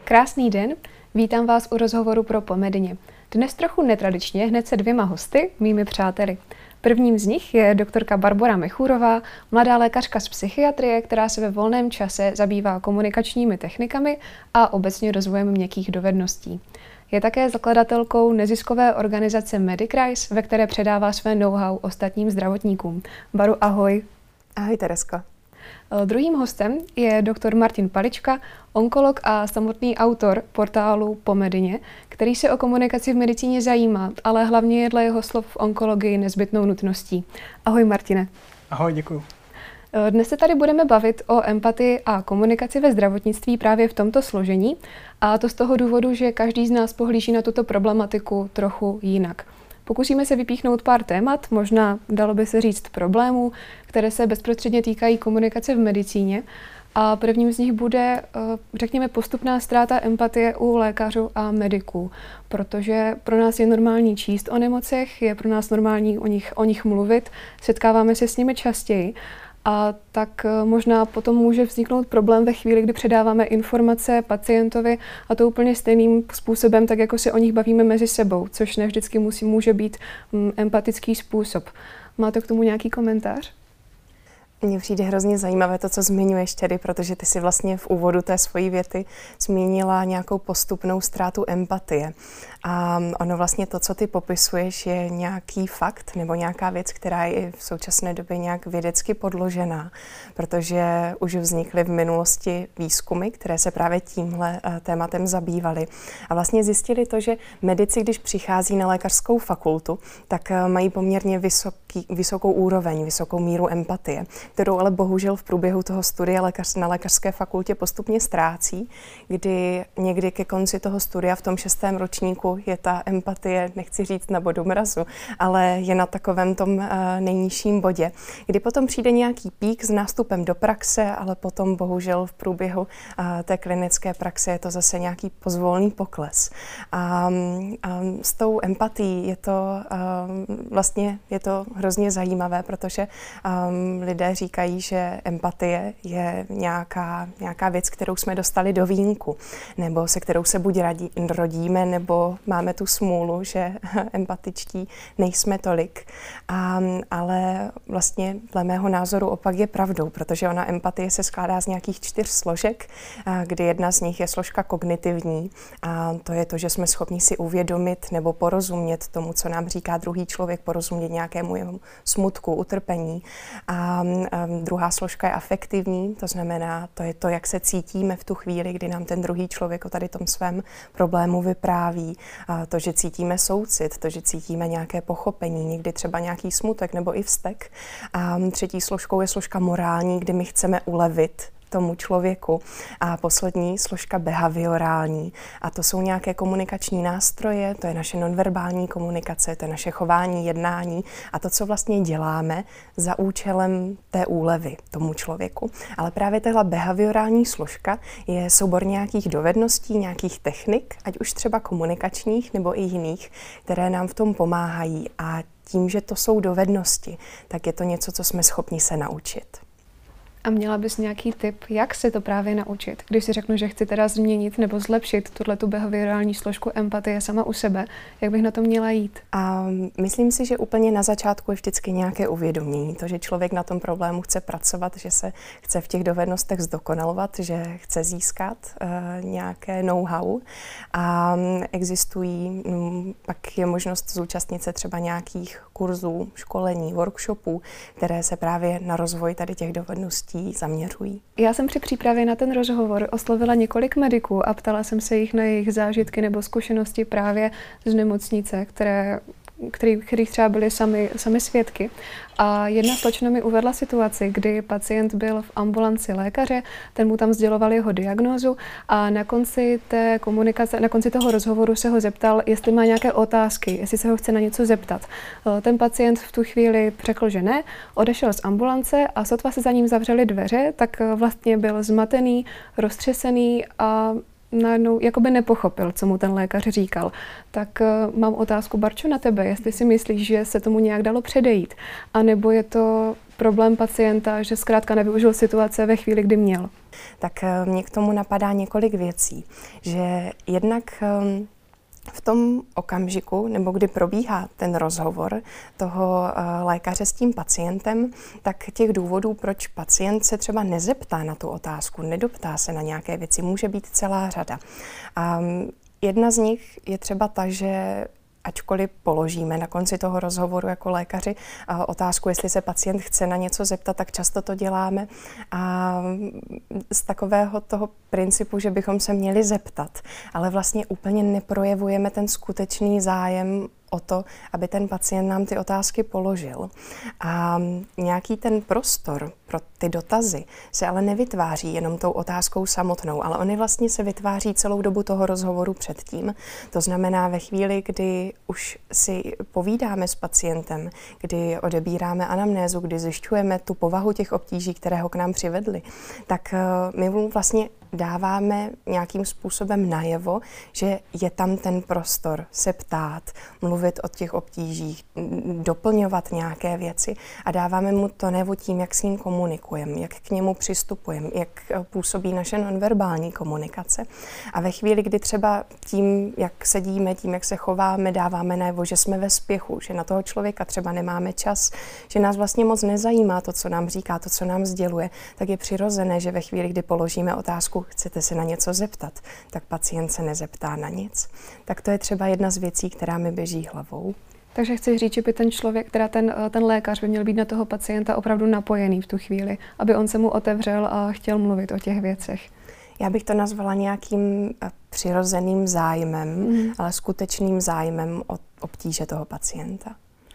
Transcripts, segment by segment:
Krásný den, vítám vás u rozhovoru pro Pomedině. Dnes trochu netradičně, hned se 2 hosty, mými přáteli. Prvním z nich je doktorka Barbora Mechůrová, mladá lékařka z psychiatrie, která se ve volném čase zabývá komunikačními technikami a obecně rozvojem měkkých dovedností. Je také zakladatelkou neziskové organizace Medicrise, ve které předává své know-how ostatním zdravotníkům. Baru, ahoj. Ahoj, Teresko. Druhým hostem je doktor Martin Palička, onkolog a samotný autor portálu Pomedině, který se o komunikaci v medicíně zajímá, ale hlavně je dle jeho slov v onkologii nezbytnou nutností. Ahoj, Martine. Ahoj, děkuju. Dnes se tady budeme bavit o empatii a komunikaci ve zdravotnictví právě v tomto složení, a to z toho důvodu, že každý z nás pohlíží na tuto problematiku trochu jinak. Pokusíme se vypíchnout pár témat, možná dalo by se říct problémů, které se bezprostředně týkají komunikace v medicíně. A prvním z nich bude, řekněme, postupná ztráta empatie u lékařů a mediků, protože pro nás je normální číst o nemocech, je pro nás normální o nich mluvit, setkáváme se s nimi častěji. A tak možná potom může vzniknout problém ve chvíli, kdy předáváme informace pacientovi, a to úplně stejným způsobem, tak jako se o nich bavíme mezi sebou, což ne vždycky může být empatický způsob. Máte k tomu nějaký komentář? Mně přijde hrozně zajímavé to, co zmiňuješ tedy, protože ty si vlastně v úvodu té svojí věty zmínila nějakou postupnou ztrátu empatie. A ono vlastně to, co ty popisuješ, je nějaký fakt nebo nějaká věc, která je v současné době nějak vědecky podložená, protože už vznikly v minulosti výzkumy, které se právě tímhle tématem zabývaly. A vlastně zjistili to, že medici, když přichází na lékařskou fakultu, tak mají poměrně vysokou úroveň, vysokou míru empatie, kterou ale bohužel v průběhu toho studia na lékařské fakultě postupně ztrácí, kdy někdy ke konci toho studia v tom 6. ročníku je ta empatie, nechci říct na bodu mrazu, ale je na takovém tom nejnižším bodě, kdy potom přijde nějaký pík s nástupem do praxe, ale potom bohužel v průběhu té klinické praxe je to zase nějaký pozvolný pokles. A s tou empatií je to hrozně zajímavé, protože lidé říkají, že empatie je nějaká věc, kterou jsme dostali do vínku, nebo se kterou se buď rodíme, nebo máme tu smůlu, že empatičtí nejsme tolik. Ale vlastně dle mého názoru opak je pravdou, protože ona empatie se skládá z nějakých 4 složek, kdy jedna z nich je složka kognitivní, a to je to, že jsme schopni si uvědomit nebo porozumět tomu, co nám říká druhý člověk, porozumět nějakému jeho smutku, utrpení. A druhá složka je afektivní, to znamená, to je to, jak se cítíme v tu chvíli, kdy nám ten druhý člověk o tady tom svém problému vypráví. To, že cítíme soucit, to, že cítíme nějaké pochopení, někdy třeba nějaký smutek nebo i vztek. A třetí složkou je složka morální, kdy my chceme ulevit tomu člověku. A poslední složka behaviorální. A to jsou nějaké komunikační nástroje, to je naše nonverbální komunikace, to je naše chování, jednání a to, co vlastně děláme za účelem té úlevy tomu člověku. Ale právě tahle behaviorální složka je soubor nějakých dovedností, nějakých technik, ať už třeba komunikačních nebo i jiných, které nám v tom pomáhají. A tím, že to jsou dovednosti, tak je to něco, co jsme schopni se naučit. A měla bys nějaký tip, jak se to právě naučit? Když si řeknu, že chci teda změnit nebo zlepšit tuhletu behaviorální složku empatie sama u sebe, jak bych na to měla jít? A myslím si, že úplně na začátku je vždycky nějaké uvědomění. To, že člověk na tom problému chce pracovat, že se chce v těch dovednostech zdokonalovat, že chce získat nějaké know-how. A existují, pak je možnost zúčastnit se třeba nějakých kurzů, školení, workshopů, které se právě na rozvoj tady těch dovedností zaměřují. Já jsem při přípravě na ten rozhovor oslovila několik mediků a ptala jsem se jich na jejich zážitky nebo zkušenosti právě z nemocnice, kterých třeba byli sami svědky. A jedna slečna mi uvedla situaci, kdy pacient byl v ambulanci lékaře, ten mu tam sděloval jeho diagnózu a na konci té komunikace, na konci toho rozhovoru se ho zeptal, jestli má nějaké otázky, jestli se ho chce na něco zeptat. Ten pacient v tu chvíli řekl, že ne, odešel z ambulance a sotva se za ním zavřely dveře, tak vlastně byl zmatený, roztřesený a najednou jakoby nepochopil, co mu ten lékař říkal. Tak mám otázku, Barčo, na tebe, jestli si myslíš, že se tomu nějak dalo předejít, anebo je to problém pacienta, že zkrátka nevyužil situace ve chvíli, kdy měl? Tak mě k tomu napadá několik věcí, že jednak v tom okamžiku, nebo kdy probíhá ten rozhovor toho lékaře s tím pacientem, tak těch důvodů, proč pacient se třeba nezeptá na tu otázku, nedoptá se na nějaké věci, může být celá řada. A jedna z nich je třeba ta, že ačkoliv položíme na konci toho rozhovoru jako lékaři otázku, jestli se pacient chce na něco zeptat, tak často to děláme a z takového toho principu, že bychom se měli zeptat, ale vlastně úplně neprojevujeme ten skutečný zájem o to, aby ten pacient nám ty otázky položil. A nějaký ten prostor pro ty dotazy se ale nevytváří jenom tou otázkou samotnou, ale ony vlastně se vytváří celou dobu toho rozhovoru předtím. To znamená ve chvíli, kdy už si povídáme s pacientem, kdy odebíráme anamnézu, kdy zjišťujeme tu povahu těch obtíží, které ho k nám přivedly, tak my mu vlastně dáváme nějakým způsobem najevo, že je tam ten prostor se ptát, mluvit o těch obtížích, doplňovat nějaké věci a dáváme mu to najevo tím, jak s ním komunikujeme, jak k němu přistupujeme, jak působí naše nonverbální komunikace. A ve chvíli, kdy třeba tím, jak sedíme, tím, jak se chováme, dáváme najevo, že jsme ve spěchu, že na toho člověka třeba nemáme čas, že nás vlastně moc nezajímá to, co nám říká, to, co nám sděluje, tak je přirozené, že ve chvíli, kdy položíme otázku, chcete se na něco zeptat, tak pacient se nezeptá na nic. Tak to je třeba jedna z věcí, která mi běží hlavou. Takže chci říct, že by ten člověk, teda ten lékař by měl být na toho pacienta opravdu napojený v tu chvíli, aby on se mu otevřel a chtěl mluvit o těch věcech. Já bych to nazvala nějakým přirozeným zájmem, ale skutečným zájmem o obtíže toho pacienta.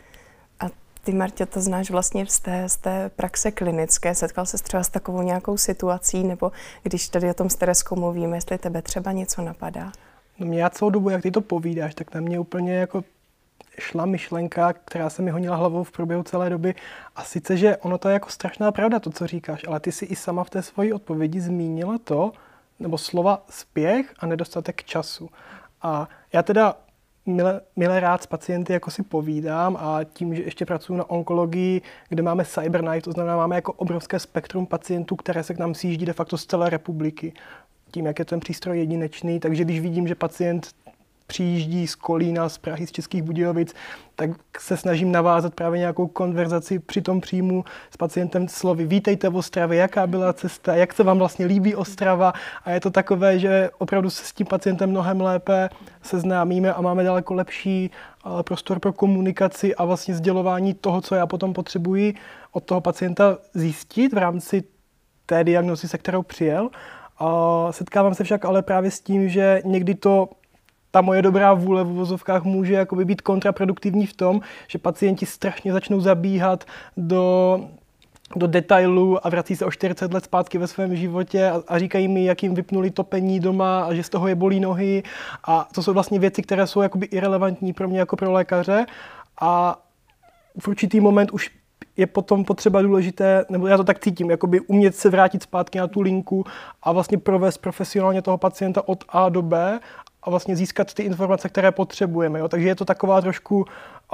A ty, Martě, to znáš vlastně z té praxe klinické. Setkal ses třeba s takovou nějakou situací, nebo když tady o tom s Tereskou mluvíme, jestli tebe třeba něco napadá? No mě celou dobu, jak ty to povídáš, tak na mě úplně jako šla myšlenka, která se mi honila hlavou v průběhu celé doby. A sice, že ono to je jako strašná pravda, to, co říkáš, ale ty si i sama v té svojí odpovědi zmínila to, nebo slova spěch a nedostatek času. A já teda milé rád s pacienty jako si povídám a tím, že ještě pracuji na onkologii, kde máme Cyber Night, to znamená, máme jako obrovské spektrum pacientů, které se k nám sjíždí de facto z celé republiky. Tím, jak je ten přístroj jedinečný, takže když vidím, že pacient přijíždí z Kolína, z Prahy, z Českých Budějovic, tak se snažím navázat právě nějakou konverzaci při tom příjmu s pacientem slovy vítejte v Ostravě, jaká byla cesta, jak se vám vlastně líbí Ostrava a je to takové, že opravdu se s tím pacientem mnohem lépe seznámíme a máme daleko lepší prostor pro komunikaci a vlastně sdělování toho, co já potom potřebuji od toho pacienta zjistit v rámci té diagnózy, se kterou přijel. A setkávám se však ale právě s tím, že někdy ta moje dobrá vůle v uvozovkách může jakoby být kontraproduktivní v tom, že pacienti strašně začnou zabíhat do detailů a vrací se o 40 let zpátky ve svém životě a říkají mi, jak jim vypnuli topení doma a že z toho je bolí nohy. A to jsou vlastně věci, které jsou jakoby irelevantní pro mě jako pro lékaře. A v určitý moment už je potom potřeba důležité, nebo já to tak cítím, jakoby umět se vrátit zpátky na tu linku a vlastně provést profesionálně toho pacienta od A do B a vlastně získat ty informace, které potřebujeme. Jo? Takže je to taková trošku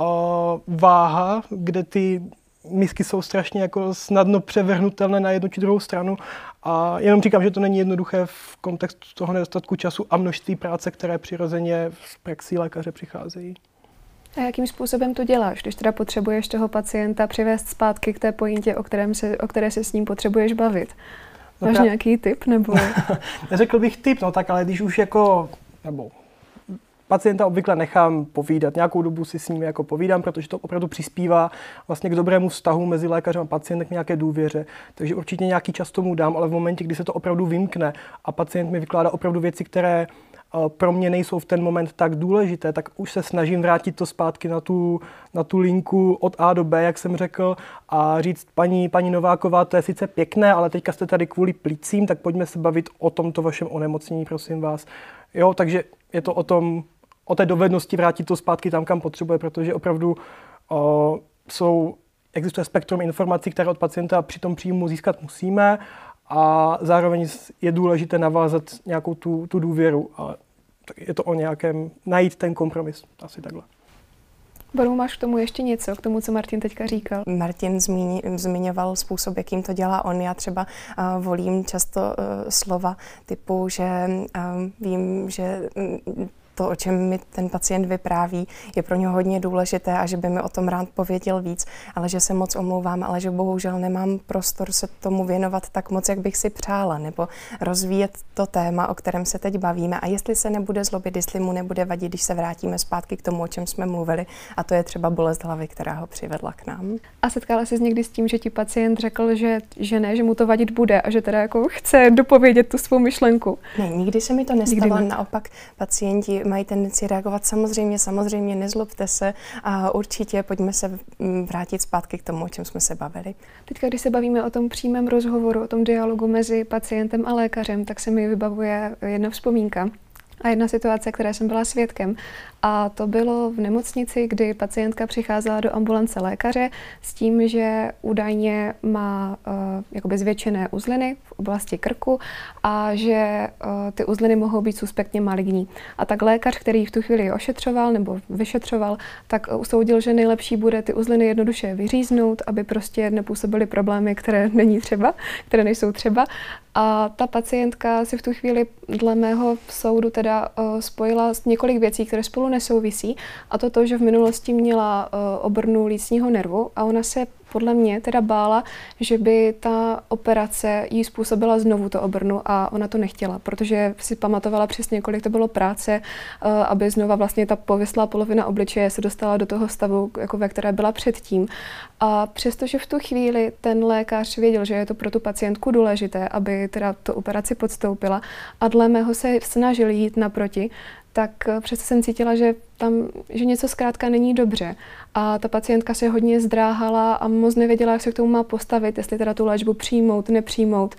váha, kde ty misky jsou strašně jako snadno převrhnutelné na jednu či druhou stranu. A jenom říkám, že to není jednoduché v kontextu toho nedostatku času a množství práce, které přirozeně z praxí lékaře přicházejí. A jakým způsobem to děláš, když teda potřebuješ toho pacienta přivést zpátky k té pointě, o které se s ním potřebuješ bavit? Máš nějaký tip, nebo? Neřekl bych tip, no tak, ale když už nebo pacienta obvykle nechám povídat, nějakou dobu si s ním jako povídám, protože to opravdu přispívá vlastně k dobrému vztahu mezi lékařem a pacientem, k nějaké důvěře. Takže určitě nějaký čas tomu dám, ale v momentě, kdy se to opravdu vymkne a pacient mi vykládá opravdu věci, které pro mě nejsou v ten moment tak důležité, tak už se snažím vrátit to zpátky na tu linku od A do B, jak jsem řekl, a říct, paní Nováková, to je sice pěkné, ale teďka jste tady kvůli plicím, tak pojďme se bavit o tomto vašem onemocnění, prosím vás. Jo, takže je to o té dovednosti vrátit to zpátky tam, kam potřebuje, protože opravdu existuje spektrum informací, které od pacienta při tom příjmu získat musíme, a zároveň je důležité navázat nějakou tu důvěru. A je to o nějakém najít ten kompromis, asi takhle. Boru, máš k tomu ještě něco, k tomu, co Martin teďka říkal? Martin zmiňoval způsob, jakým to dělá on. Já třeba volím často slova typu, že vím, že to, o čem mi ten pacient vypráví, je pro něho hodně důležité a že by mi o tom rád pověděl víc, ale že se moc omlouvám, ale že bohužel nemám prostor se tomu věnovat tak moc, jak bych si přála, nebo rozvíjet to téma, o kterém se teď bavíme. A jestli se nebude zlobit, jestli mu nebude vadit, když se vrátíme zpátky k tomu, o čem jsme mluvili, a to je třeba bolest hlavy, která ho přivedla k nám. A setkala jsi někdy s tím, že ti pacient řekl, že ne, že mu to vadit bude a že teda jako chce dopovědět tu svou myšlenku? Ne, nikdy se mi to nestalo, naopak pacienti mají tendenci reagovat samozřejmě, nezlobte se a určitě pojďme se vrátit zpátky k tomu, o čem jsme se bavili. Teďka, když se bavíme o tom přímém rozhovoru, o tom dialogu mezi pacientem a lékařem, tak se mi vybavuje jedna vzpomínka a jedna situace, které jsem byla svědkem. A to bylo v nemocnici, kdy pacientka přicházela do ambulance lékaře s tím, že údajně má jakoby zvětšené uzliny v oblasti krku a že ty uzliny mohou být suspektně maligní. A tak lékař, který v tu chvíli ošetřoval nebo vyšetřoval, tak usoudil, že nejlepší bude ty uzliny jednoduše vyříznout, aby prostě nepůsobily problémy, které nejsou třeba. A ta pacientka si v tu chvíli dle mého soudu teda spojila několik věcí, které spolu nesouvisí, a to, že v minulosti měla obrnu lícního nervu a ona se podle mě teda bála, že by ta operace jí způsobila znovu to obrnu a ona to nechtěla, protože si pamatovala přesně, kolik to bylo práce, aby znova vlastně ta povislá polovina obličeje se dostala do toho stavu, jako ve které byla předtím. A přestože v tu chvíli ten lékař věděl, že je to pro tu pacientku důležité, aby teda tu operaci podstoupila a dle mého se snažil jít naproti, tak přesto jsem cítila, že něco zkrátka není dobře. A ta pacientka se hodně zdráhala a moc nevěděla, jak se k tomu má postavit, jestli teda tu léčbu přijmout, nepřijmout.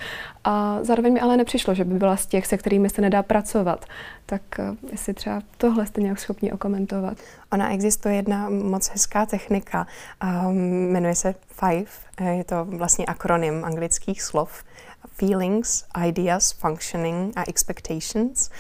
A zároveň mi ale nepřišlo, že by byla z těch, se kterými se nedá pracovat. Tak jestli třeba tohle jste nějak schopni okomentovat. Ona existuje jedna moc hezká technika, jmenuje se FIVE, je to vlastně akronym anglických slov. Feelings, ideas, functioning a expectations.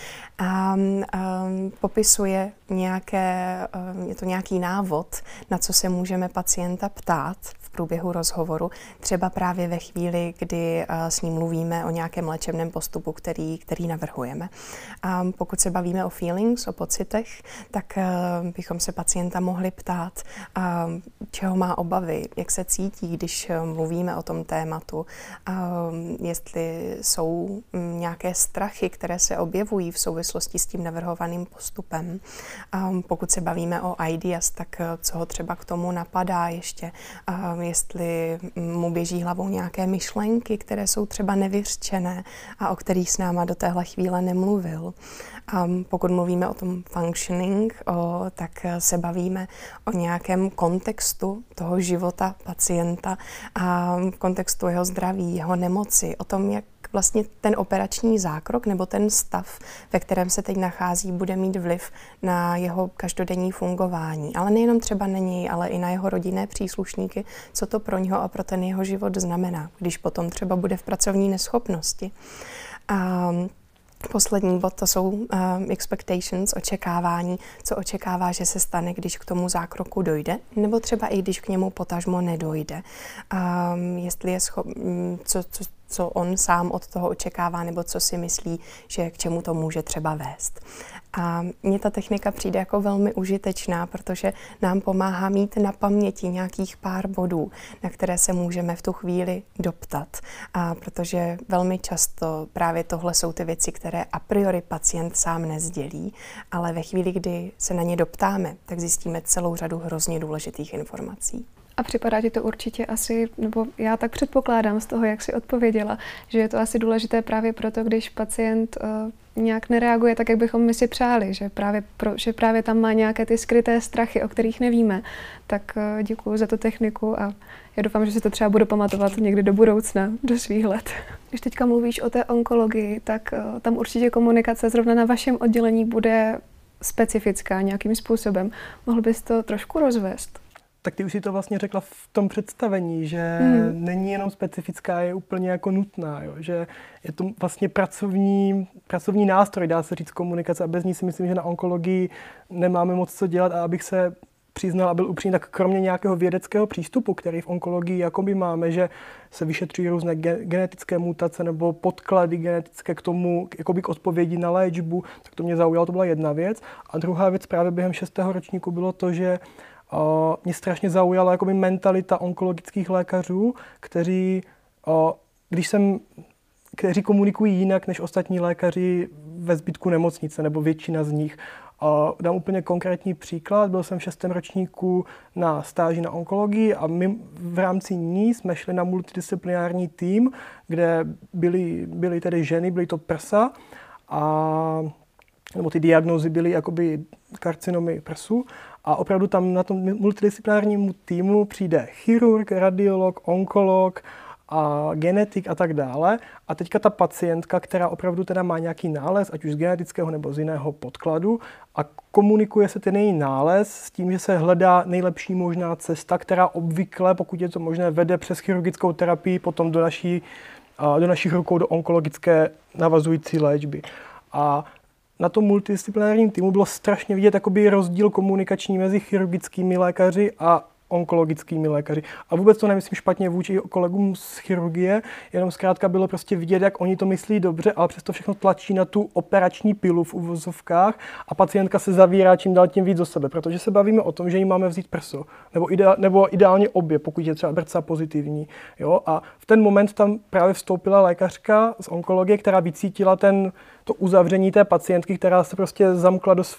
Popisuje je to nějaký návod, na co se můžeme pacienta ptát v průběhu rozhovoru, třeba právě ve chvíli, kdy s ním mluvíme o nějakém léčebném postupu, který navrhujeme. Pokud se bavíme o feelings, o pocitech, tak bychom se pacienta mohli ptát, čeho má obavy, jak se cítí, když mluvíme o tom tématu, jestli jsou nějaké strachy, které se objevují v souvislosti s tím navrhovaným postupem. Pokud se bavíme o ideas, tak co ho třeba k tomu napadá ještě, jestli mu běží hlavou nějaké myšlenky, které jsou třeba nevyřčené a o kterých s náma do téhle chvíle nemluvil. Pokud mluvíme o tom functioning, tak se bavíme o nějakém kontextu toho života pacienta a kontextu jeho zdraví, jeho nemoci, o tom, jak vlastně ten operační zákrok nebo ten stav, ve kterém se teď nachází, bude mít vliv na jeho každodenní fungování. Ale nejenom třeba na něj, ale i na jeho rodinné příslušníky, co to pro něho a pro ten jeho život znamená, když potom třeba bude v pracovní neschopnosti. Poslední bod, to jsou expectations, očekávání, co očekává, že se stane, když k tomu zákroku dojde, nebo třeba i když k němu potažmo nedojde. Jestli je co on sám od toho očekává, nebo co si myslí, že k čemu to může třeba vést. A mně ta technika přijde jako velmi užitečná, protože nám pomáhá mít na paměti nějakých pár bodů, na které se můžeme v tu chvíli doptat. A protože velmi často právě tohle jsou ty věci, které a priori pacient sám nezdělí, ale ve chvíli, kdy se na ně doptáme, tak zjistíme celou řadu hrozně důležitých informací. A připadá ti to určitě asi, nebo já tak předpokládám z toho, jak jsi odpověděla, že je to asi důležité právě proto, když pacient nějak nereaguje tak, jak bychom my si přáli, že právě tam má nějaké ty skryté strachy, o kterých nevíme. Tak děkuji za tu techniku a já doufám, že si to třeba budu pamatovat někdy do budoucna, do svých let. Když teďka mluvíš o té onkologii, tak tam určitě komunikace zrovna na vašem oddělení bude specifická nějakým způsobem. Mohl bys to trošku rozvést? Tak ty už si to vlastně řekla v tom představení, že není jenom specifická, je úplně jako nutná, jo? Že je to vlastně pracovní nástroj, dá se říct, komunikace a bez ní si myslím, že na onkologii nemáme moc co dělat a abych se přiznal a byl upřímný, tak kromě nějakého vědeckého přístupu, který v onkologii jakoby máme, že se vyšetřují různé genetické mutace nebo podklady genetické k tomu, jakoby k odpovědi na léčbu, tak to mě zaujalo, to byla jedna věc. A druhá věc právě během 6. ročníku bylo to, že mě strašně zaujala jakoby mentalita onkologických lékařů, kteří komunikují jinak než ostatní lékaři ve zbytku nemocnice, nebo většina z nich. Dám úplně konkrétní příklad. Byl jsem v 6. ročníku na stáži na onkologii a my v rámci ní jsme šli na multidisciplinární tým, kde byly tedy ženy, byly to prsa, nebo ty diagnózy byly jakoby karcinomy prsu. A opravdu tam na tom multidisciplinárnímu týmu přijde chirurg, radiolog, onkolog, a genetik a tak dále. A teďka ta pacientka, která opravdu teda má nějaký nález, ať už z genetického nebo z jiného podkladu, a komunikuje se ten její nález s tím, že se hledá nejlepší možná cesta, která obvykle, pokud je to možné, vede přes chirurgickou terapii potom do našich rukou do onkologické navazující léčby. A na tom multidisciplinárním týmu bylo strašně vidět jakoby rozdíl komunikační mezi chirurgickými lékaři a onkologickými lékaři. A vůbec to nemyslím špatně vůči kolegům z chirurgie, jenom zkrátka bylo prostě vidět, jak oni to myslí dobře, ale přesto všechno tlačí na tu operační pilu v uvozovkách a pacientka se zavírá čím dál tím víc do sebe, protože se bavíme o tom, že jí máme vzít prso, nebo ideálně obě, pokud je třeba BRCA pozitivní. Jo? A v ten moment tam právě vstoupila lékařka z onkologie, která vycítila to uzavření té pacientky, která se prostě zamkla do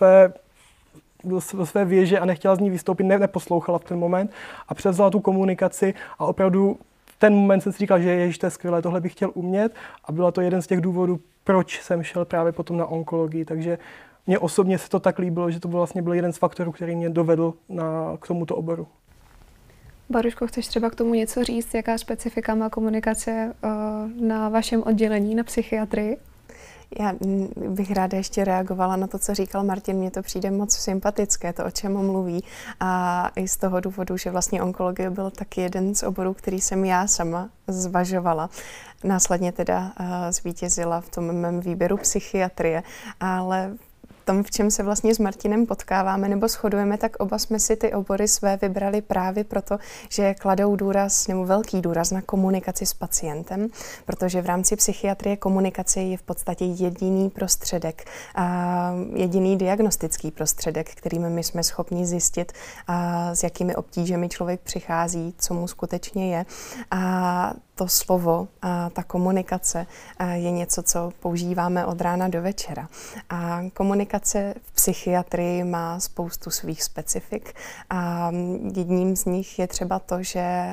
své věže a nechtěla z ní vystoupit, neposlouchala v ten moment a převzala tu komunikaci a opravdu v ten moment jsem si říkal, že ježiš, to je skvělé, tohle bych chtěl umět a byla to jeden z těch důvodů, proč jsem šel právě potom na onkologii, takže mně osobně se to tak líbilo, že to vlastně byl jeden z faktorů, který mě dovedl k tomuto oboru. Baruško, chceš třeba k tomu něco říct, jaká specifika má komunikace na vašem oddělení na psychiatrii? Já bych ráda ještě reagovala na to, co říkal Martin. Mně to přijde moc sympatické, to, o čem mluví. A i z toho důvodu, že vlastně onkologie byl taky jeden z oborů, který jsem já sama zvažovala. Následně teda zvítězila v tom mém výběru psychiatrie, ale tom, v čem se vlastně s Martinem potkáváme nebo shodujeme, tak oba jsme si ty obory své vybrali právě proto, že kladou důraz nebo velký důraz na komunikaci s pacientem, protože v rámci psychiatrie komunikace je v podstatě jediný prostředek, jediný diagnostický prostředek, kterým my jsme schopni zjistit, s jakými obtížemi člověk přichází, co mu skutečně je. A to slovo a ta komunikace je něco, co používáme od rána do večera. A komunikace v psychiatrii má spoustu svých specifik. A jedním z nich je třeba to, že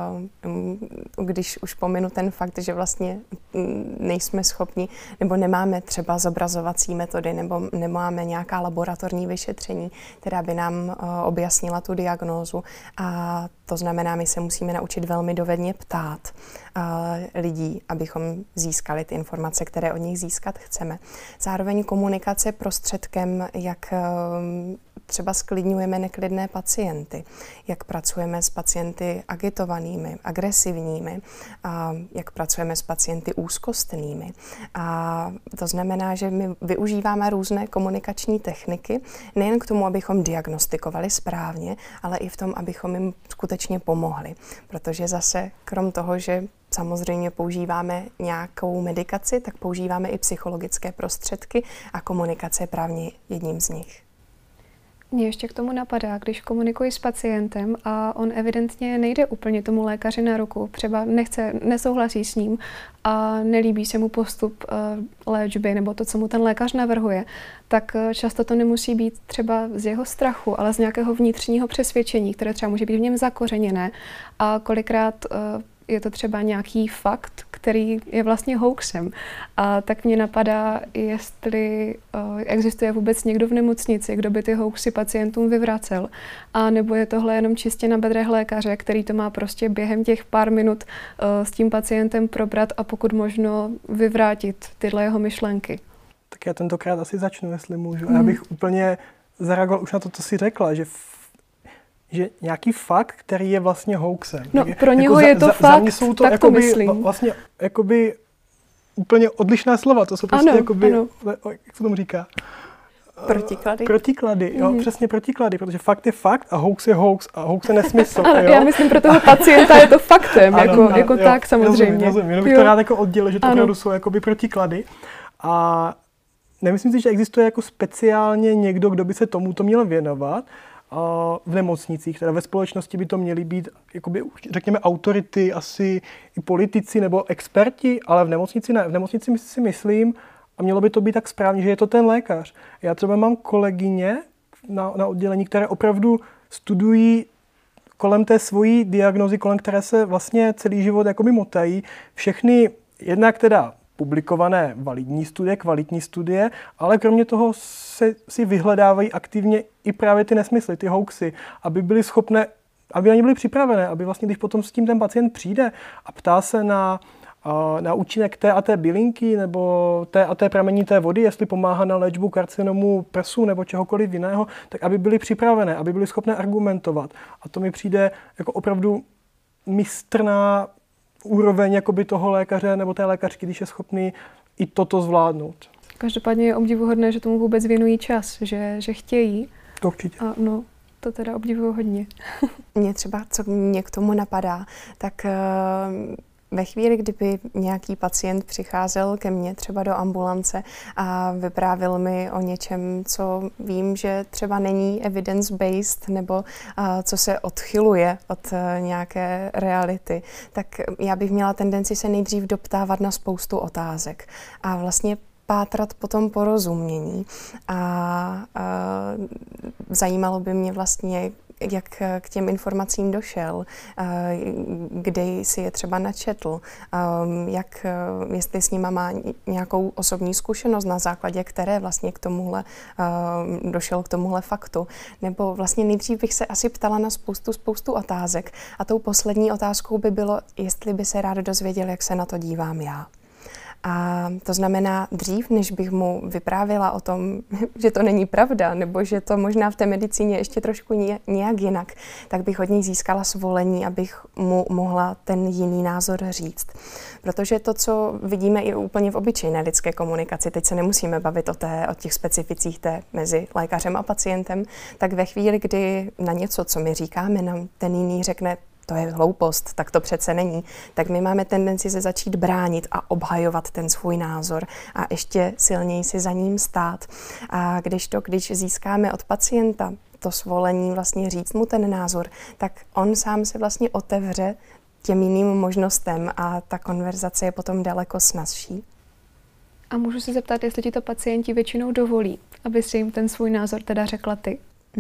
když už pominu ten fakt, že vlastně nejsme schopni nebo nemáme třeba zobrazovací metody nebo nemáme nějaká laboratorní vyšetření, která by nám objasnila tu diagnózu. A to znamená, my se musíme naučit velmi dovedně ptát lidí, abychom získali ty informace, které od nich získat chceme. Zároveň komunikace prostředkem, jak třeba sklidňujeme neklidné pacienty, jak pracujeme s pacienty agitovanými, agresivními, jak pracujeme s pacienty úzkostnými. A to znamená, že my využíváme různé komunikační techniky, nejen k tomu, abychom diagnostikovali správně, ale i v tom, abychom jim skutečně pomohli. Protože zase, krom toho, že samozřejmě používáme nějakou medikaci, tak používáme i psychologické prostředky a komunikace je právě jedním z nich. Mně ještě k tomu napadá, když komunikuji s pacientem a on evidentně nejde úplně tomu lékaři na ruku, třeba nesouhlasí s ním a nelíbí se mu postup léčby nebo to, co mu ten lékař navrhuje, tak často to nemusí být třeba z jeho strachu, ale z nějakého vnitřního přesvědčení, které třeba může být v něm zakořeněné a kolikrát je to třeba nějaký fakt, který je vlastně hoaxem. A tak mě napadá, jestli existuje vůbec někdo v nemocnici, kdo by ty hoaxy pacientům vyvracel. A nebo je tohle jenom čistě na bedrech lékaře, který to má prostě během těch pár minut s tím pacientem probrat a pokud možno vyvrátit tyhle jeho myšlenky. Tak já tentokrát asi začnu, jestli můžu. Já bych úplně zareagoval už na to, co jsi řekla, že nějaký fakt, který je vlastně hoaxem. No, pro něho je to fakt, jsou to tak jakoby, to myslím. Vlastně jakoby úplně odlišná slova, to jsou prostě ano, jakoby, ano. Jak se tomu říká? Protiklady. Jo, přesně protiklady, protože fakt je fakt a hoax je hoax a hoax je nesmysl. Ale jo? já myslím, pro toho pacienta je to faktem, ano, jako tak samozřejmě. Rozumím. Jenom bych to rád jako oddělil, že to opravdu jsou jakoby protiklady. A nemyslím si, že existuje jako speciálně někdo, kdo by se tomuto měl věnovat. V nemocnicích, teda ve společnosti by to měly být, jakoby, řekněme, autority, asi i politici nebo experti, ale v nemocnici ne. V nemocnici si myslím, a mělo by to být tak správně, že je to ten lékař. Já třeba mám kolegyně na oddělení, které opravdu studují kolem té svojí diagnózy, kolem které se vlastně celý život jakoby motají. Všechny, jednak teda publikované validní studie, kvalitní studie, ale kromě toho si vyhledávají aktivně i právě ty nesmysly, ty hoaxy, aby byly schopné, aby na ně byly připravené, aby vlastně, když potom s tím ten pacient přijde a ptá se na účinek té a té bylinky nebo té a té pramenité vody, jestli pomáhá na léčbu karcinomu prsu nebo čehokoliv jiného, tak aby byly připravené, aby byly schopné argumentovat. A to mi přijde jako opravdu mistrná úroveň jakoby toho lékaře nebo té lékařky, když je schopný i toto zvládnout. Každopádně je obdivuhodné, že tomu vůbec věnují čas, že chtějí. To určitě. A no, to teda obdivuju hodně. Mě třeba, co mě k tomu napadá, tak ve chvíli, kdyby nějaký pacient přicházel ke mně třeba do ambulance a vyprávěl mi o něčem, co vím, že třeba není evidence-based nebo co se odchyluje od nějaké reality, tak já bych měla tendenci se nejdřív doptávat na spoustu otázek a vlastně pátrat po tom porozumění. A zajímalo by mě vlastně, jak k těm informacím došel, kde si je třeba načetl, jestli s nima má nějakou osobní zkušenost, na základě které vlastně k tomuhle došel k tomuhle faktu. Nebo vlastně nejdřív bych se asi ptala na spoustu otázek a tou poslední otázkou by bylo, jestli by se rád dozvěděl, jak se na to dívám já. A to znamená, dřív, než bych mu vyprávěla o tom, že to není pravda, nebo že to možná v té medicíně ještě trošku nějak jinak, tak bych od něj získala svolení, abych mu mohla ten jiný názor říct. Protože to, co vidíme i úplně v obyčejné lidské komunikaci, teď se nemusíme bavit o těch specificích mezi lékařem a pacientem, tak ve chvíli, kdy na něco, co my říkáme, nám ten jiný řekne, to je hloupost, tak to přece není, tak my máme tendenci se začít bránit a obhajovat ten svůj názor a ještě silněji si za ním stát. A když získáme od pacienta to svolení vlastně říct mu ten názor, tak on sám se vlastně otevře těm jiným možnostem a ta konverzace je potom daleko snazší. A můžu se zeptat, jestli ti to pacienti většinou dovolí, aby si jim ten svůj názor teda řekla ty?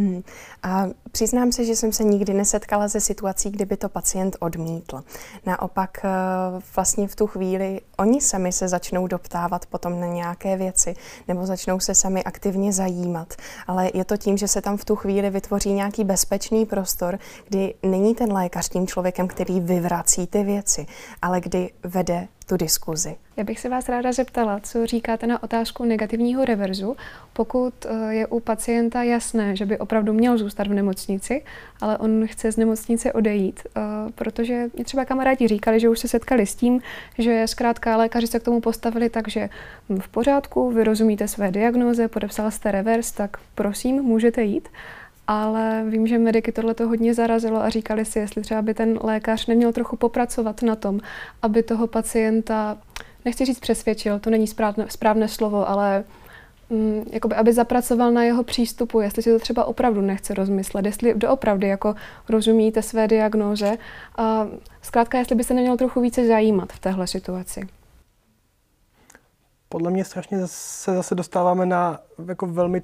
A přiznám se, že jsem se nikdy nesetkala se situací, kdyby to pacient odmítl. Naopak vlastně v tu chvíli oni sami se začnou doptávat potom na nějaké věci nebo začnou se sami aktivně zajímat. Ale je to tím, že se tam v tu chvíli vytvoří nějaký bezpečný prostor, kdy není ten lékař tím člověkem, který vyvrací ty věci, ale kdy vede tu diskuzi. Já bych se vás ráda zeptala, co říkáte na otázku negativního reverzu, pokud je u pacienta jasné, že by opravdu měl zůstat v nemocnici, ale on chce z nemocnice odejít, protože mě třeba kamarádi říkali, že už se setkali s tím, že zkrátka lékaři se k tomu postavili tak, že v pořádku, vy rozumíte své diagnóze, podepsal jste revers, tak prosím, můžete jít. Ale vím, že mediky tohleto hodně zarazilo a říkali si, jestli třeba by ten lékař neměl trochu popracovat na tom, aby toho pacienta, nechci říct přesvědčil, to není správné slovo, ale jakoby, aby zapracoval na jeho přístupu, jestli si to třeba opravdu nechce rozmyslet, jestli doopravdy jako rozumíte své diagnóze a zkrátka, jestli by se neměl trochu více zajímat v téhle situaci. Podle mě strašně se zase dostáváme na jako velmi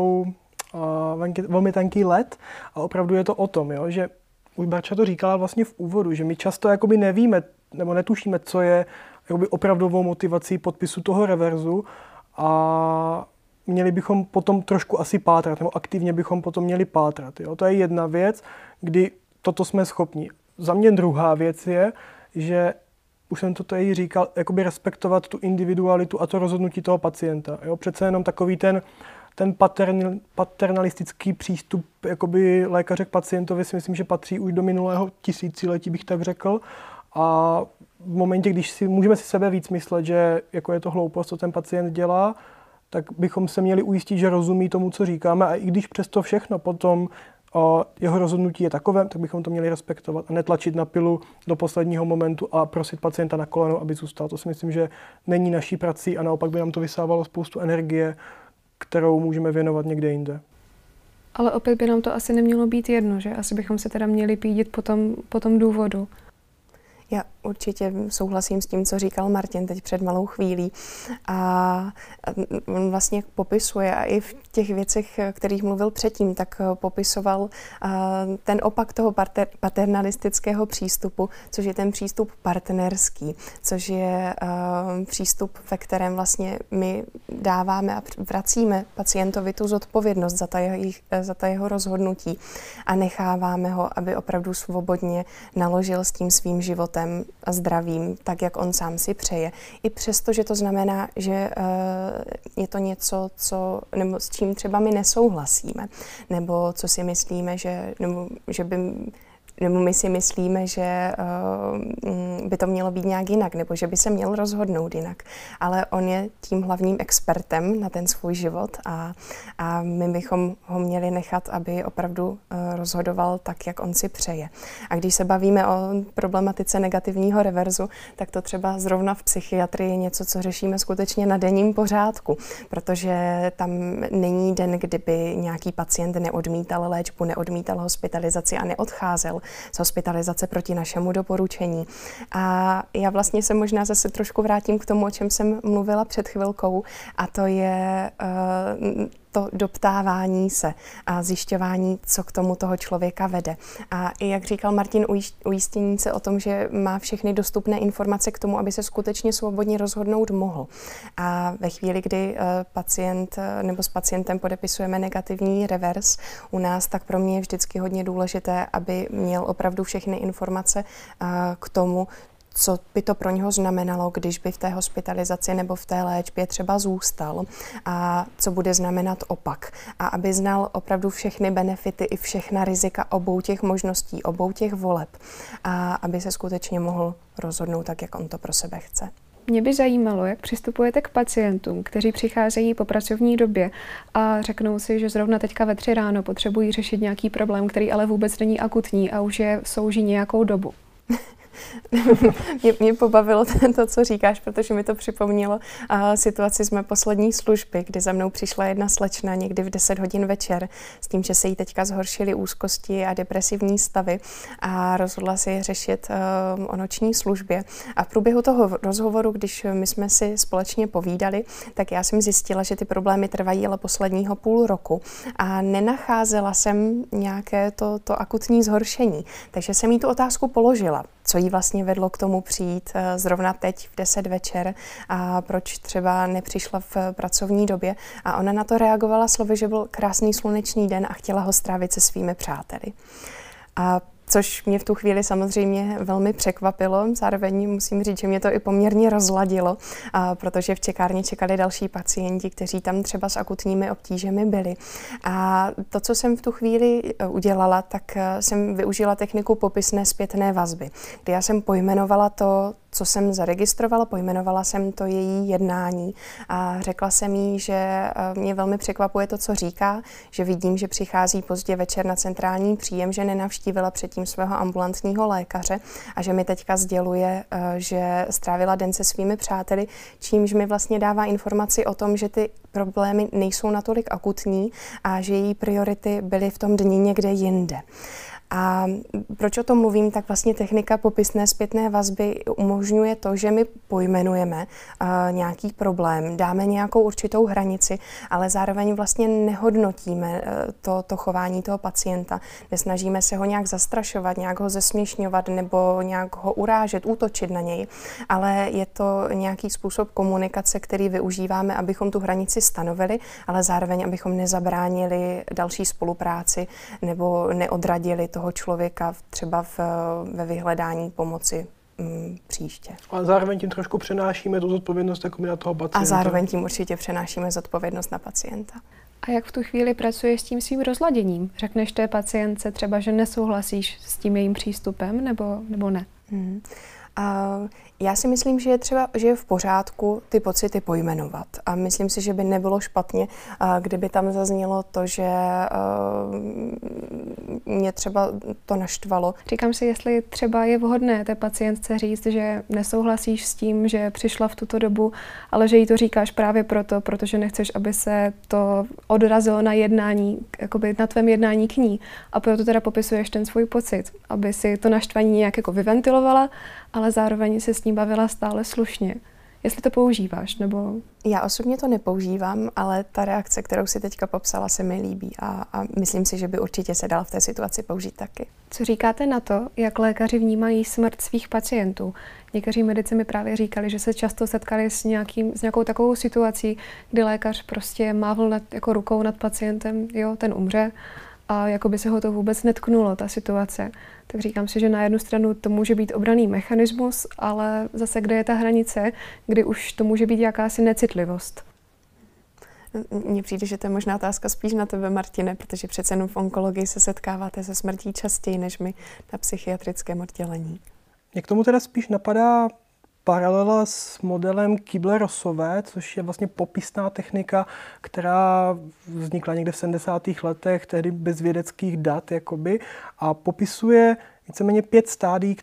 tenký led a opravdu je to o tom, jo, že už Barča to říkala vlastně v úvodu, že my často jakoby nevíme nebo netušíme, co je jakoby opravdovou motivací podpisu toho reverzu a měli bychom potom trošku asi pátrat, nebo aktivně bychom potom měli pátrat. Jo. To je jedna věc, kdy toto jsme schopni. Za mě druhá věc je, že už jsem to tady říkal, jakoby respektovat tu individualitu a to rozhodnutí toho pacienta. Jo. Přece jenom takový ten paternalistický přístup jakoby lékaře k pacientovi si myslím, že patří už do minulého tisíciletí, bych tak řekl. A v momentě, když můžeme si sebe víc myslet, že jako je to hloupost, co ten pacient dělá, tak bychom se měli ujistit, že rozumí tomu, co říkáme, a i když přesto všechno potom jeho rozhodnutí je takové, tak bychom to měli respektovat a netlačit na pilu do posledního momentu a prosit pacienta na koleno, aby zůstal. To si myslím, že není naší prací a naopak by nám to vysávalo spoustu energie, kterou můžeme věnovat někde jinde. Ale opět by nám to asi nemělo být jedno, že? Asi bychom se teda měli pídit po tom důvodu. Já určitě souhlasím s tím, co říkal Martin teď před malou chvílí. A on vlastně popisuje, a i v těch věcech, kterých mluvil předtím, tak popisoval ten opak toho paternalistického přístupu, což je ten přístup partnerský, což je přístup, ve kterém vlastně my dáváme a vracíme pacientovi tu zodpovědnost za ta jeho rozhodnutí a necháváme ho, aby opravdu svobodně naložil s tím svým životem a zdravím, tak, jak on sám si přeje. I přesto, že to znamená, že je to něco, nebo s čím třeba my nesouhlasíme, nebo co si myslíme, nebo my si myslíme, že by to mělo být nějak jinak, nebo že by se měl rozhodnout jinak. Ale on je tím hlavním expertem na ten svůj život a my bychom ho měli nechat, aby opravdu rozhodoval tak, jak on si přeje. A když se bavíme o problematice negativního reverzu, tak to třeba zrovna v psychiatrii je něco, co řešíme skutečně na denním pořádku, protože tam není den, kdyby nějaký pacient neodmítal léčbu, neodmítal hospitalizaci a neodcházel z hospitalizace proti našemu doporučení. A já vlastně se možná zase trošku vrátím k tomu, o čem jsem mluvila před chvilkou, a to je to doptávání se a zjišťování, co k tomu toho člověka vede. A i jak říkal Martin, ujistění se o tom, že má všechny dostupné informace k tomu, aby se skutečně svobodně rozhodnout mohl. A ve chvíli, kdy pacient nebo s pacientem podepisujeme negativní revers u nás, tak pro mě je vždycky hodně důležité, aby měl opravdu všechny informace k tomu, co by to pro něho znamenalo, když by v té hospitalizaci nebo v té léčbě třeba zůstal a co bude znamenat opak. A aby znal opravdu všechny benefity i všechna rizika obou těch možností, obou těch voleb a aby se skutečně mohl rozhodnout tak, jak on to pro sebe chce. Mě by zajímalo, jak přistupujete k pacientům, kteří přicházejí po pracovní době a řeknou si, že zrovna teďka ve 3 ráno potřebují řešit nějaký problém, který ale vůbec není akutní a už je souží nějakou dobu. Mě pobavilo to, co říkáš, protože mi to připomnělo situaci z mé poslední služby, kdy za mnou přišla jedna slečna někdy v 10 hodin večer s tím, že se jí teďka zhoršily úzkosti a depresivní stavy a rozhodla si je řešit o noční službě. A v průběhu toho rozhovoru, když my jsme si společně povídali, tak já jsem zjistila, že ty problémy trvají ale posledního půl roku a nenacházela jsem nějaké to akutní zhoršení. Takže jsem jí tu otázku položila, co jí vlastně vedlo k tomu přijít zrovna teď v 10 večer a proč třeba nepřišla v pracovní době. A ona na to reagovala slovy, že byl krásný slunečný den a chtěla ho strávit se svými přáteli. A což mě v tu chvíli samozřejmě velmi překvapilo. Zároveň musím říct, že mě to i poměrně rozladilo, protože v čekárně čekali další pacienti, kteří tam třeba s akutními obtížemi byli. A to, co jsem v tu chvíli udělala, tak jsem využila techniku popisné zpětné vazby, kdy já jsem pojmenovala to, co jsem zaregistrovala, pojmenovala jsem to její jednání a řekla jsem jí, že mě velmi překvapuje to, co říká, že vidím, že přichází pozdě večer na centrální příjem, že nenavštívila předtím svého ambulantního lékaře a že mi teďka sděluje, že strávila den se svými přáteli, čímž mi vlastně dává informaci o tom, že ty problémy nejsou natolik akutní a že její priority byly v tom dni někde jinde. A proč o tom mluvím, tak vlastně technika popisné zpětné vazby umožňuje to, že my pojmenujeme nějaký problém, dáme nějakou určitou hranici, ale zároveň vlastně nehodnotíme to chování toho pacienta. Nesnažíme se ho nějak zastrašovat, nějak ho zesměšňovat nebo nějak ho urážet, útočit na něj, ale je to nějaký způsob komunikace, který využíváme, abychom tu hranici stanovili, ale zároveň, abychom nezabránili další spolupráci nebo neodradili toho člověka třeba ve vyhledání pomoci příště. A zároveň tím trošku přenášíme tu zodpovědnost jako na toho pacienta. A zároveň tím určitě přenášíme zodpovědnost na pacienta. A jak v tu chvíli pracuješ s tím svým rozladěním? Řekneš té pacientce třeba, že nesouhlasíš s tím jejím přístupem, nebo ne? Já si myslím, že je v pořádku ty pocity pojmenovat. A myslím si, že by nebylo špatně, kdyby tam zaznělo to, že mě třeba to naštvalo. Říkám si, jestli třeba je vhodné té pacientce říct, že nesouhlasíš s tím, že přišla v tuto dobu, ale že jí to říkáš právě proto, protože nechceš, aby se to odrazilo na jednání, jakoby na tvém jednání k ní. A proto teda popisuješ ten svůj pocit, aby si to naštvaní nějak jako vyventilovala, ale zároveň se s ní bavila stále slušně. Jestli to používáš, nebo... Já osobně to nepoužívám, ale ta reakce, kterou si teďka popsala, se mi líbí a myslím si, že by určitě se dala v té situaci použít taky. Co říkáte na to, jak lékaři vnímají smrt svých pacientů? Někteří medici mi právě říkali, že se často setkali s nějakou takovou situací, kdy lékař prostě mávl jako rukou nad pacientem, jo, ten umře, a jako by se ho to vůbec netknulo, ta situace. Tak říkám si, že na jednu stranu to může být obranný mechanismus, ale zase kde je ta hranice, kdy už to může být jakási necitlivost. Mně přijde, že to je možná otázka spíš na tebe, Martine, protože přece jenom v onkologii se setkáváte se smrtí častěji, než my na psychiatrickém oddělení. Mě k tomu teda spíš napadá paralela s modelem Kübler-Rossové, což je vlastně popisná technika, která vznikla někde v 70. letech, tehdy bez vědeckých dat, jakoby, a popisuje víceméně 5 stádií,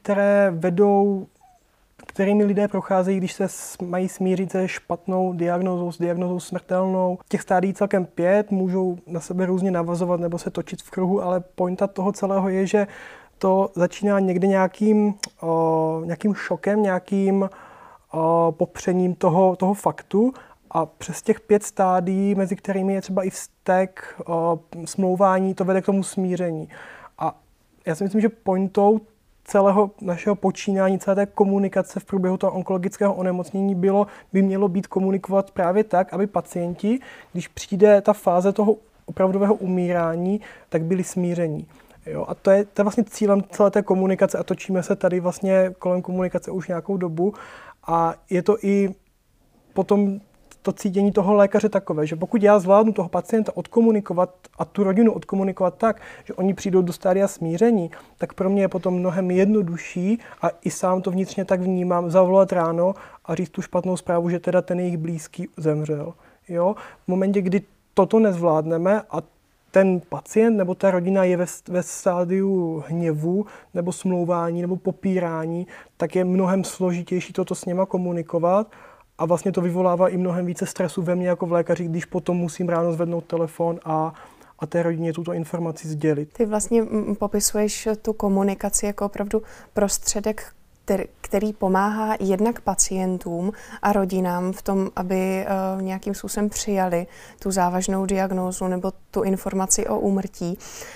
kterými lidé procházejí, když se mají smířit se špatnou diagnózou, s diagnózou smrtelnou. Těch stádií celkem 5, můžou na sebe různě navazovat nebo se točit v kruhu, ale pointa toho celého je, že to začíná někde nějakým šokem, nějakým popřením toho faktu a přes těch 5 stádií, mezi kterými je třeba i vztek, smlouvání, to vede k tomu smíření. A já si myslím, že pointou celého našeho počínání, celé té komunikace v průběhu toho onkologického onemocnění by mělo být komunikovat právě tak, aby pacienti, když přijde ta fáze toho opravdového umírání, tak byli smíření. Jo, a to je vlastně cílem celé té komunikace a točíme se tady vlastně kolem komunikace už nějakou dobu a je to i potom to cítění toho lékaře takové, že pokud já zvládnu toho pacienta odkomunikovat a tu rodinu odkomunikovat tak, že oni přijdou do stádia smíření, tak pro mě je potom mnohem jednodušší a i sám to vnitřně tak vnímám, zavolat ráno a říct tu špatnou zprávu, že teda ten jejich blízký zemřel. Jo? V momentě, kdy toto nezvládneme a ten pacient nebo ta rodina je ve stádiu hněvu nebo smlouvání nebo popírání, tak je mnohem složitější toto s něma komunikovat a vlastně to vyvolává i mnohem více stresu ve mně jako v lékaři, když potom musím ráno zvednout telefon a té rodině tuto informaci sdělit. Ty vlastně popisuješ tu komunikaci jako opravdu prostředek, který pomáhá jednak pacientům a rodinám v tom, aby nějakým způsobem přijali tu závažnou diagnózu nebo tu informaci o úmrtí.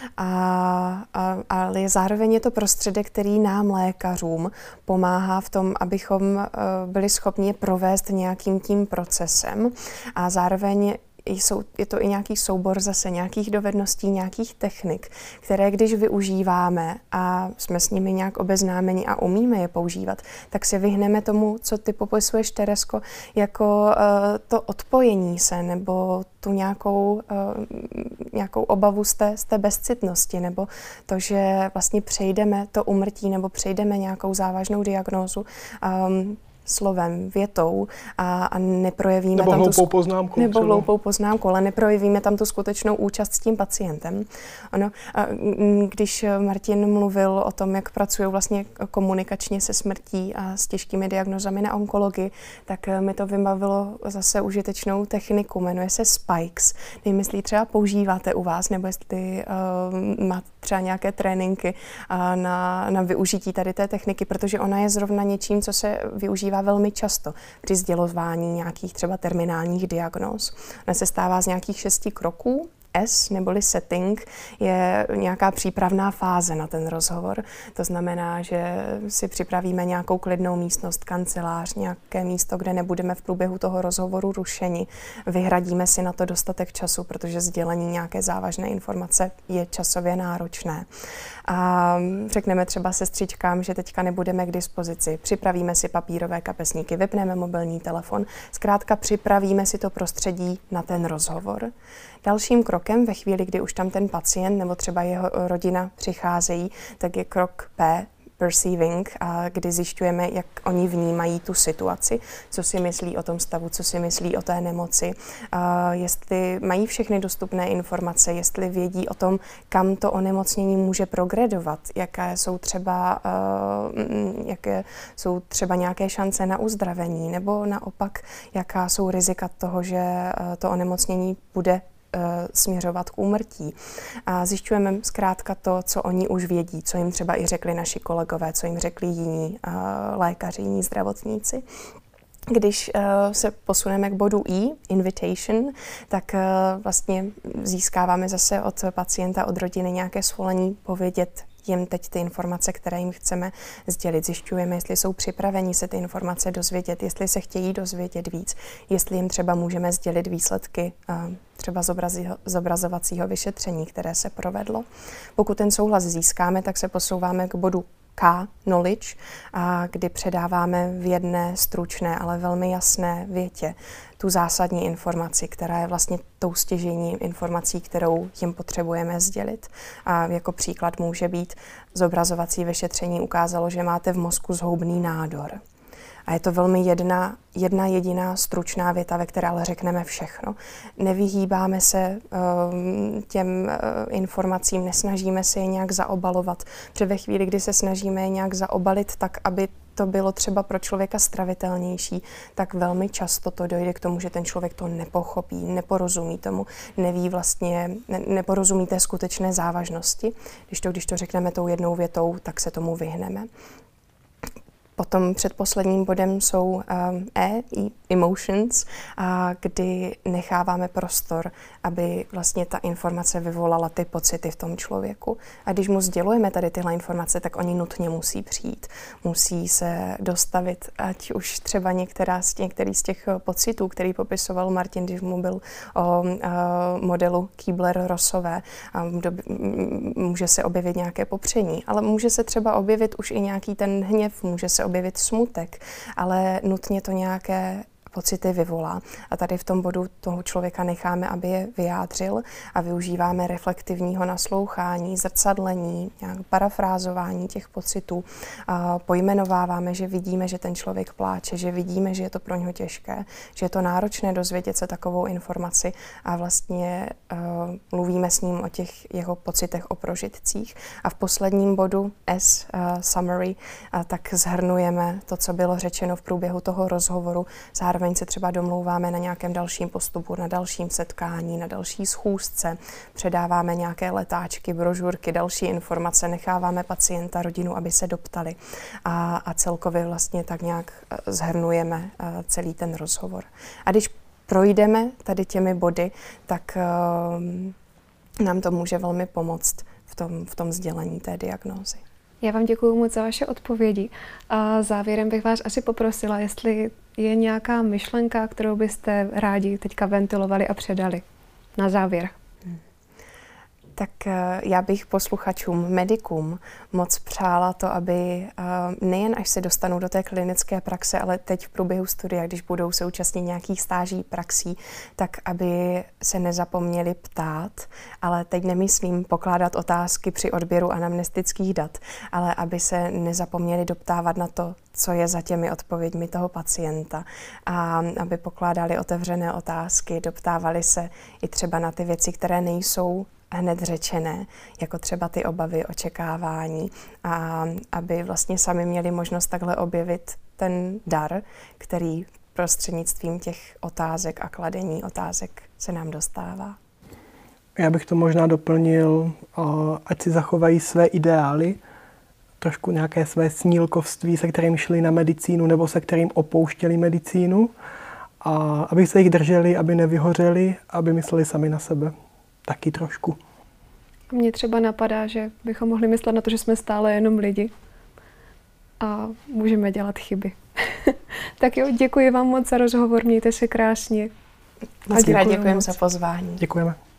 Ale zároveň je to prostředek, který nám lékařům pomáhá v tom, abychom byli schopni provést nějakým tím procesem a zároveň je to i nějaký soubor zase nějakých dovedností, nějakých technik, které když využíváme a jsme s nimi nějak obeznámeni a umíme je používat, tak se vyhneme tomu, co ty popisuješ, Teresko, jako to odpojení se nebo tu nějakou obavu z té bezcitnosti nebo to, že vlastně přejdeme to úmrtí nebo přejdeme nějakou závažnou diagnózu slovem, větou a neprojevíme nebo tam hloupou poznámkou, ale neprojevíme tam tu skutečnou účast s tím pacientem. Když Martin mluvil o tom, jak pracují vlastně komunikačně se smrtí a s těžkými diagnózami na onkologii, tak mi to vybavilo zase užitečnou techniku, jmenuje se Spikes. Nevím, jestli třeba používáte u vás, nebo jestli máte třeba nějaké tréninky na využití tady té techniky, protože ona je zrovna něčím, co se využívá velmi často při sdělování nějakých třeba terminálních diagnóz. Ona se stává z nějakých 6 kroků. S neboli setting je nějaká přípravná fáze na ten rozhovor. To znamená, že si připravíme nějakou klidnou místnost, kancelář, nějaké místo, kde nebudeme v průběhu toho rozhovoru rušeni. Vyhradíme si na to dostatek času, protože sdělení nějaké závažné informace je časově náročné. A řekneme třeba sestřičkám, že teďka nebudeme k dispozici. Připravíme si papírové kapesníky, vypneme mobilní telefon. Zkrátka připravíme si to prostředí na ten rozhovor. Dalším krokem ve chvíli, kdy už tam ten pacient nebo třeba jeho rodina přicházejí, tak je krok P, perceiving, kdy zjišťujeme, jak oni vnímají tu situaci, co si myslí o tom stavu, co si myslí o té nemoci, jestli mají všechny dostupné informace, jestli vědí o tom, kam to onemocnění může progredovat, jaké jsou třeba nějaké šance na uzdravení, nebo naopak, jaká jsou rizika toho, že to onemocnění bude směřovat k úmrtí. A zjišťujeme zkrátka to, co oni už vědí, co jim třeba i řekli naši kolegové, co jim řekli jiní lékaři, jiní zdravotníci. Když se posuneme k bodu E, invitation, tak vlastně získáváme zase od pacienta, od rodiny nějaké svolení povědět jim teď ty informace, které jim chceme sdělit. Zjišťujeme, jestli jsou připraveni se ty informace dozvědět, jestli se chtějí dozvědět víc, jestli jim třeba můžeme sdělit výsledky třeba zobrazovacího vyšetření, které se provedlo. Pokud ten souhlas získáme, tak se posouváme k bodu K, knowledge, kdy předáváme v jedné stručné, ale velmi jasné větě tu zásadní informaci, která je vlastně tou stěžejní informací, kterou jim potřebujeme sdělit. A jako příklad může být, zobrazovací vyšetření ukázalo, že máte v mozku zhoubný nádor. A je to velmi jedna jediná stručná věta, ve které ale řekneme všechno. Nevyhýbáme se těm informacím, nesnažíme se je nějak zaobalovat. Protože ve chvíli, kdy se snažíme je nějak zaobalit tak, aby to bylo třeba pro člověka stravitelnější, tak velmi často to dojde k tomu, že ten člověk to nepochopí, neporozumí tomu, neví vlastně, neporozumí té skutečné závažnosti. Když to řekneme tou jednou větou, tak se tomu vyhneme. Potom předposledním bodem jsou emotions, kdy necháváme prostor, aby vlastně ta informace vyvolala ty pocity v tom člověku. A když mu sdělujeme tady tyhle informace, tak oni nutně musí přijít. Musí se dostavit, ať už třeba některý z těch pocitů, který popisoval Martin, když mu byl o modelu Keebler-Rossové. Může se objevit nějaké popření, ale může se třeba objevit už i nějaký ten hněv, může se objevit smutek, ale nutně to nějaké pocity vyvolá. A tady v tom bodu toho člověka necháme, aby je vyjádřil a využíváme reflektivního naslouchání, zrcadlení, nějak parafrázování těch pocitů. Pojmenováváme, že vidíme, že ten člověk pláče, že vidíme, že je to pro něho těžké, že je to náročné dozvědět se takovou informaci a vlastně mluvíme s ním o těch jeho pocitech, o prožitcích. A v posledním bodu S, summary, tak shrnujeme to, co bylo řečeno v průběhu toho rozhovoru. Zároveň se třeba domlouváme na nějakém dalším postupu, na dalším setkání, na další schůzce, předáváme nějaké letáčky, brožurky, další informace, necháváme pacienta, rodinu, aby se doptali a celkově vlastně tak nějak shrnujeme celý ten rozhovor. A když projdeme tady těmi body, tak nám to může velmi pomoct v tom sdělení té diagnózy. Já vám děkuji moc za vaše odpovědi. A závěrem bych vás asi poprosila, jestli je nějaká myšlenka, kterou byste rádi teďka ventilovali a předali na závěr. Tak já bych posluchačům, medikům moc přála to, aby nejen až se dostanou do té klinické praxe, ale teď v průběhu studia, když budou se účastnit nějakých stáží, praxí, tak aby se nezapomněli ptát, ale teď nemyslím pokládat otázky při odběru anamnestických dat, ale aby se nezapomněli doptávat na to, co je za těmi odpověďmi toho pacienta a aby pokládali otevřené otázky, doptávali se i třeba na ty věci, které nejsou hned řečené, jako třeba ty obavy, očekávání a aby vlastně sami měli možnost takhle objevit ten dar, který prostřednictvím těch otázek a kladení otázek se nám dostává. Já bych to možná doplnil, ať si zachovají své ideály, trošku nějaké své snílkovství, se kterým šli na medicínu nebo se kterým opouštěli medicínu, a aby se jich drželi, aby nevyhořeli, aby mysleli sami na sebe. Taky trošku. Mně třeba napadá, že bychom mohli myslet na to, že jsme stále jenom lidi a můžeme dělat chyby. Tak jo, děkuji vám moc za rozhovor, mějte se krásně. Moc krát děkujeme za pozvání. Děkujeme.